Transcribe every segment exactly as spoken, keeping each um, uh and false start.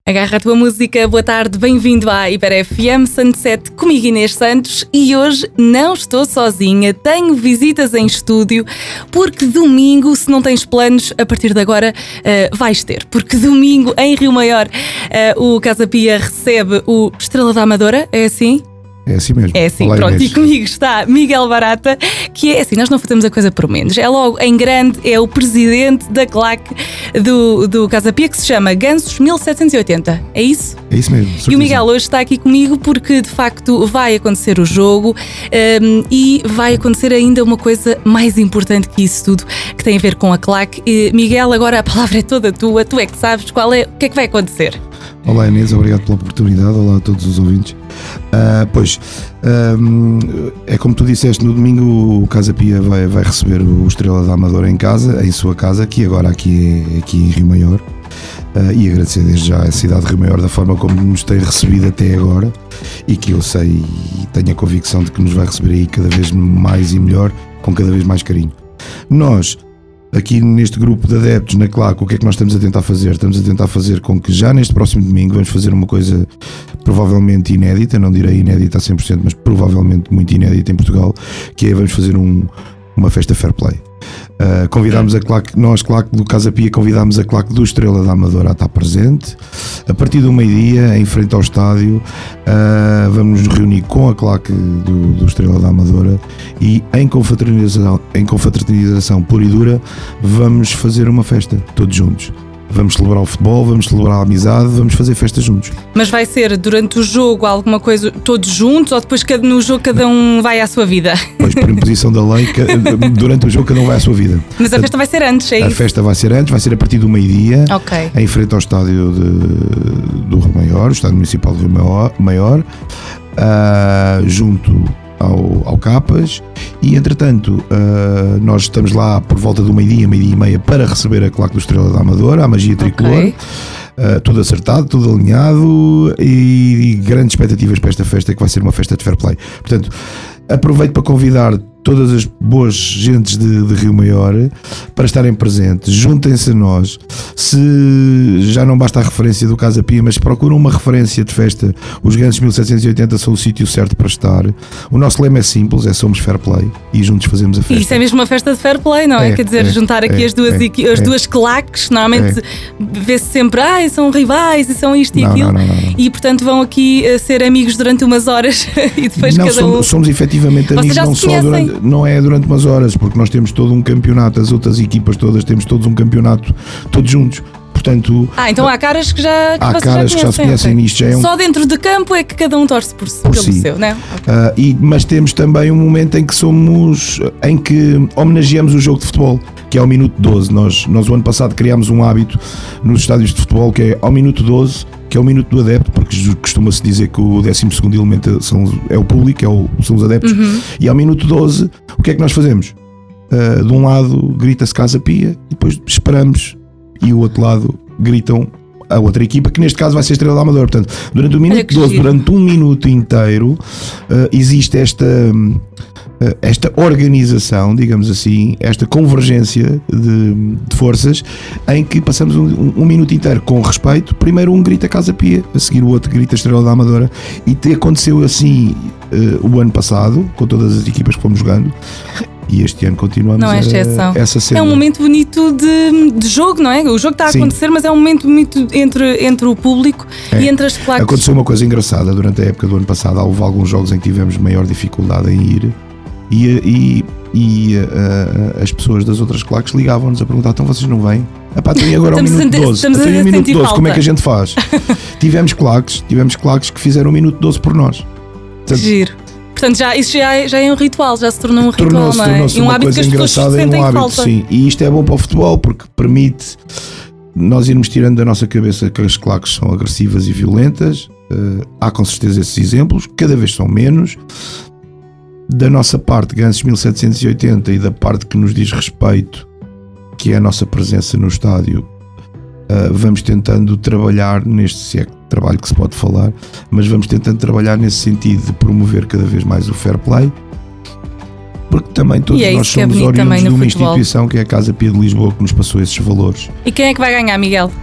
Agarra a tua música, boa tarde, bem-vindo à Hiper F M Sunset, comigo Inês Santos, e hoje não estou sozinha, tenho visitas em estúdio, porque domingo, se não tens planos, a partir de agora uh, vais ter, porque domingo em Rio Maior uh, o Casa Pia recebe o Estrela da Amadora, é assim? É assim mesmo. É assim, Olá, pronto. Inês. E comigo está Miguel Barata, que é assim, nós não fazemos a coisa por menos. É logo em grande, é o presidente da claque do, do Casa Pia, que se chama Gansos mil setecentos e oitenta. É isso? É isso mesmo. E o Miguel hoje está aqui comigo porque de facto vai acontecer o jogo um, e vai acontecer ainda uma coisa mais importante que isso tudo, que tem a ver com a claque. E, Miguel, agora a palavra é toda tua, tu é que sabes qual é, o que é que vai acontecer. Olá, Inês, obrigado pela oportunidade. Olá a todos os ouvintes. Uh, pois, um, é como tu disseste, no domingo o Casa Pia vai, vai receber o Estrela da Amadora em casa, em sua casa, que agora aqui, é, aqui em Rio Maior. Uh, e agradecer desde já a cidade de Rio Maior da forma como nos tem recebido até agora e que eu sei e tenho a convicção de que nos vai receber aí cada vez mais e melhor, com cada vez mais carinho. Nós, aqui neste grupo de adeptos na claque, o que é que nós estamos a tentar fazer? Estamos a tentar fazer com que já neste próximo domingo vamos fazer uma coisa provavelmente inédita, não direi inédita a cem por cento, mas provavelmente muito inédita em Portugal, que é vamos fazer um, uma festa fair play. Uh, convidámos a claque, nós, claque do Casa Pia, convidámos a claque do Estrela da Amadora a estar presente. A partir do meio-dia, em frente ao estádio, uh, vamos nos reunir com a claque do, do Estrela da Amadora e em confraternização, em confraternização pura e dura, vamos fazer uma festa, todos juntos. Vamos celebrar o futebol, vamos celebrar a amizade, vamos fazer festa juntos. Mas vai ser durante o jogo alguma coisa todos juntos ou depois no jogo cada um vai à sua vida? Pois, por imposição da lei, durante o jogo cada um vai à sua vida. Mas a festa vai ser antes, é isso? A festa vai ser antes, vai ser a partir do meio-dia, okay. Em frente ao estádio de, do Rio Maior, o estádio municipal do Rio Maior, Maior uh, junto ao, ao Capas. E entretanto, uh, nós estamos lá por volta do meio-dia, meio-dia e meia para receber a claque do Estrela da Amadora, a magia tricolor, okay. uh, tudo acertado, tudo alinhado e, e grandes expectativas para esta festa, que vai ser uma festa de fair play. Portanto, aproveito para convidar todas as boas gentes de, de Rio Maior para estarem presentes, juntem-se a nós. Se já não basta a referência do Casa Pia, mas procuram uma referência de festa, os Gansos mil setecentos e oitenta são o sítio certo para estar. O nosso lema é simples, é somos fair play e juntos fazemos a festa. Isso é mesmo uma festa de fair play, não é? é Quer dizer, é, juntar aqui é, as, duas, é, as é, duas claques, normalmente é. Vê-se sempre, ah, são rivais e são isto e não, aquilo, não, não, não, não. E portanto vão aqui ser amigos durante umas horas e depois não, cada somos, um... somos efetivamente amigos, não só durante, não é durante umas horas, porque nós temos todo um campeonato, as outras equipas todas temos todos um campeonato, todos juntos. Portanto, ah, então há caras que já que há caras já que já se conhecem okay. nisto. Já é um... Só dentro de campo é que cada um torce por, por pelo si. Seu, não é? Okay. Uh, e, mas temos também um momento em que somos, em que homenageamos o jogo de futebol, que é ao minuto doze. Nós, nós o ano passado criámos um hábito nos estádios de futebol que é ao minuto doze, que é o minuto do adepto, porque costuma-se dizer que o décimo segundo elemento são, é o público, é o, são os adeptos, uhum. E ao minuto doze, o que é que nós fazemos? Uh, de um lado grita-se Casa Pia e depois esperamos e o outro lado gritam a outra equipa, que neste caso vai ser a Estrela da Amadora. Portanto, durante o minuto doze, giro. Durante um minuto inteiro, uh, existe esta, uh, esta organização, digamos assim, esta convergência de, de forças, em que passamos um, um, um minuto inteiro com respeito. Primeiro um grita Casa Pia, a seguir o outro grita Estrela da Amadora, e te aconteceu assim uh, o ano passado, com todas as equipas que fomos jogando. E este ano continuamos não é exceção. A, essa cena. É um momento bonito de, de jogo, não é? O jogo está a Sim. acontecer, mas é um momento bonito entre, entre o público é. E entre as claques. Aconteceu uma coisa engraçada durante a época do ano passado. Houve alguns jogos em que tivemos maior dificuldade em ir e, e, e uh, as pessoas das outras claques ligavam-nos a perguntar: então vocês não vêm? Epá, tem agora ao minuto doze. Até o minuto doze, como é que a gente faz? tivemos claques, tivemos claques que fizeram o minuto doze por nós. Portanto, giro. Portanto, já, isso já, já é um ritual, já se tornou um ritual, tornou-se, não é? tornou-se E um uma hábito coisa que as pessoas engraçada, sentem é um hábito, falta. Sim. E isto é bom para o futebol, porque permite nós irmos tirando da nossa cabeça que as claques são agressivas e violentas. Uh, há com certeza esses exemplos, cada vez são menos. Da nossa parte, Gansos mil setecentos e oitenta, e da parte que nos diz respeito, que é a nossa presença no estádio, uh, vamos tentando trabalhar neste século. Trabalho que se pode falar, mas vamos tentando trabalhar nesse sentido de promover cada vez mais o fair play, porque também todos é nós somos oriundos de uma futebol. instituição que é a Casa Pia de Lisboa, que nos passou esses valores. E quem é que vai ganhar, Miguel?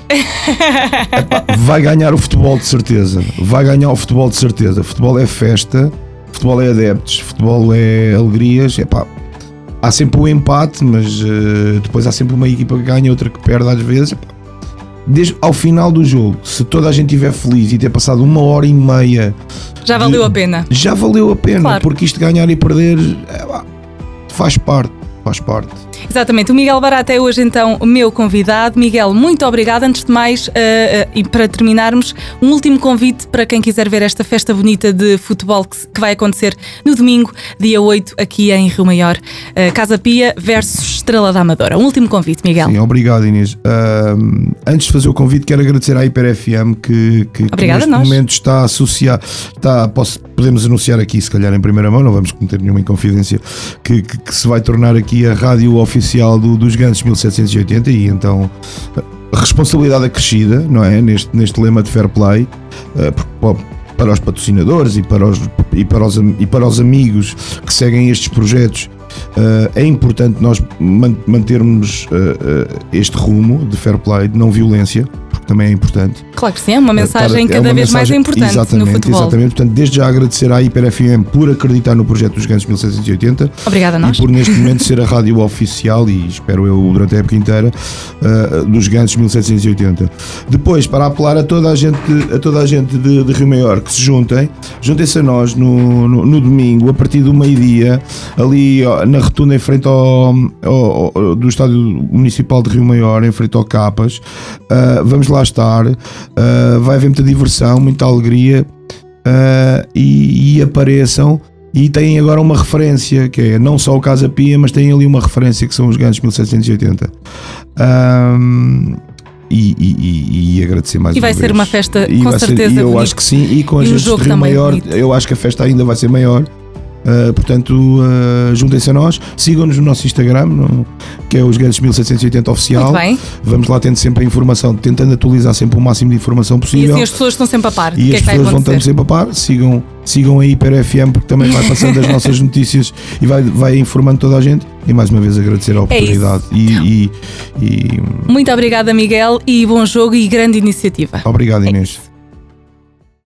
Epá, vai ganhar o futebol de certeza. Vai ganhar o futebol de certeza. Futebol é festa, futebol é adeptos, futebol é alegrias. Epá, há sempre um empate, mas uh, depois há sempre uma equipa que ganha, outra que perde às vezes. Epá, desde ao final do jogo, se toda a gente estiver feliz e ter passado uma hora e meia, já valeu de, a pena. Já valeu a pena, claro. Porque isto ganhar e perder epá, faz parte. Faz parte. Exatamente. O Miguel Barata é hoje então o meu convidado. Miguel, muito obrigado. Antes de mais, uh, uh, e para terminarmos, um último convite para quem quiser ver esta festa bonita de futebol que, que vai acontecer no domingo, dia oito, aqui em Rio Maior. Uh, Casa Pia versus Estrela da Amadora. Um último convite, Miguel. Sim, obrigado, Inês. Uh, antes de fazer o convite, quero agradecer à Hiper F M que, que, que neste momento está associado. Está, posso, podemos anunciar aqui, se calhar em primeira mão, não vamos cometer nenhuma inconfidência, que, que, que se vai tornar aqui a rádio oficial do, dos Gigantes mil setecentos e oitenta, e então a responsabilidade acrescida, não é? Neste, neste lema de fair play, uh, para os patrocinadores e para os, e, para os, e para os amigos que seguem estes projetos. Uh, é importante nós mantermos uh, uh, este rumo de fair play, de não violência, porque também é importante. Claro que sim, é uma mensagem para, cada é uma vez mensagem, mais importante exatamente, no futebol. Exatamente, portanto, desde já agradecer à Hiper F M por acreditar no projeto dos Gigantes mil setecentos e oitenta. Obrigada a nós. E por neste momento ser a rádio oficial, e espero eu durante a época inteira, uh, dos Gigantes mil setecentos e oitenta. Depois, para apelar a toda a gente, a toda a gente de, de Rio Maior que se juntem, juntem-se a nós no, no, no domingo, a partir do meio-dia, ali ó, na rotunda em frente ao, ao, ao do Estádio Municipal de Rio Maior, em frente ao Capas. Uh, vamos lá estar, uh, vai haver muita diversão, muita alegria, uh, e, e apareçam. E têm agora uma referência, que é não só o Casa Pia, mas têm ali uma referência que são os Gigantes mil setecentos e oitenta. Um, e, e, e, e agradecer mais e uma vez. E vai ser uma festa, e com certeza. Ser, e eu bonito. acho que sim, e com a gente de Rio Maior, eu acho que a festa ainda vai ser maior. Uh, portanto, uh, juntem-se a nós, sigam-nos no nosso Instagram, no, que é os Gigantes mil setecentos e oitenta Oficial. Muito bem. Vamos lá tendo sempre a informação, tentando atualizar sempre o máximo de informação possível. E assim as pessoas estão sempre a par. E que as é que pessoas vão estando sempre a par. Sigam, sigam a Hiper F M, porque também vai passando as nossas notícias e vai, vai informando toda a gente. E mais uma vez agradecer a oportunidade. É e, e, e... Muito obrigada, Miguel, e bom jogo e grande iniciativa. Obrigado, Inês. É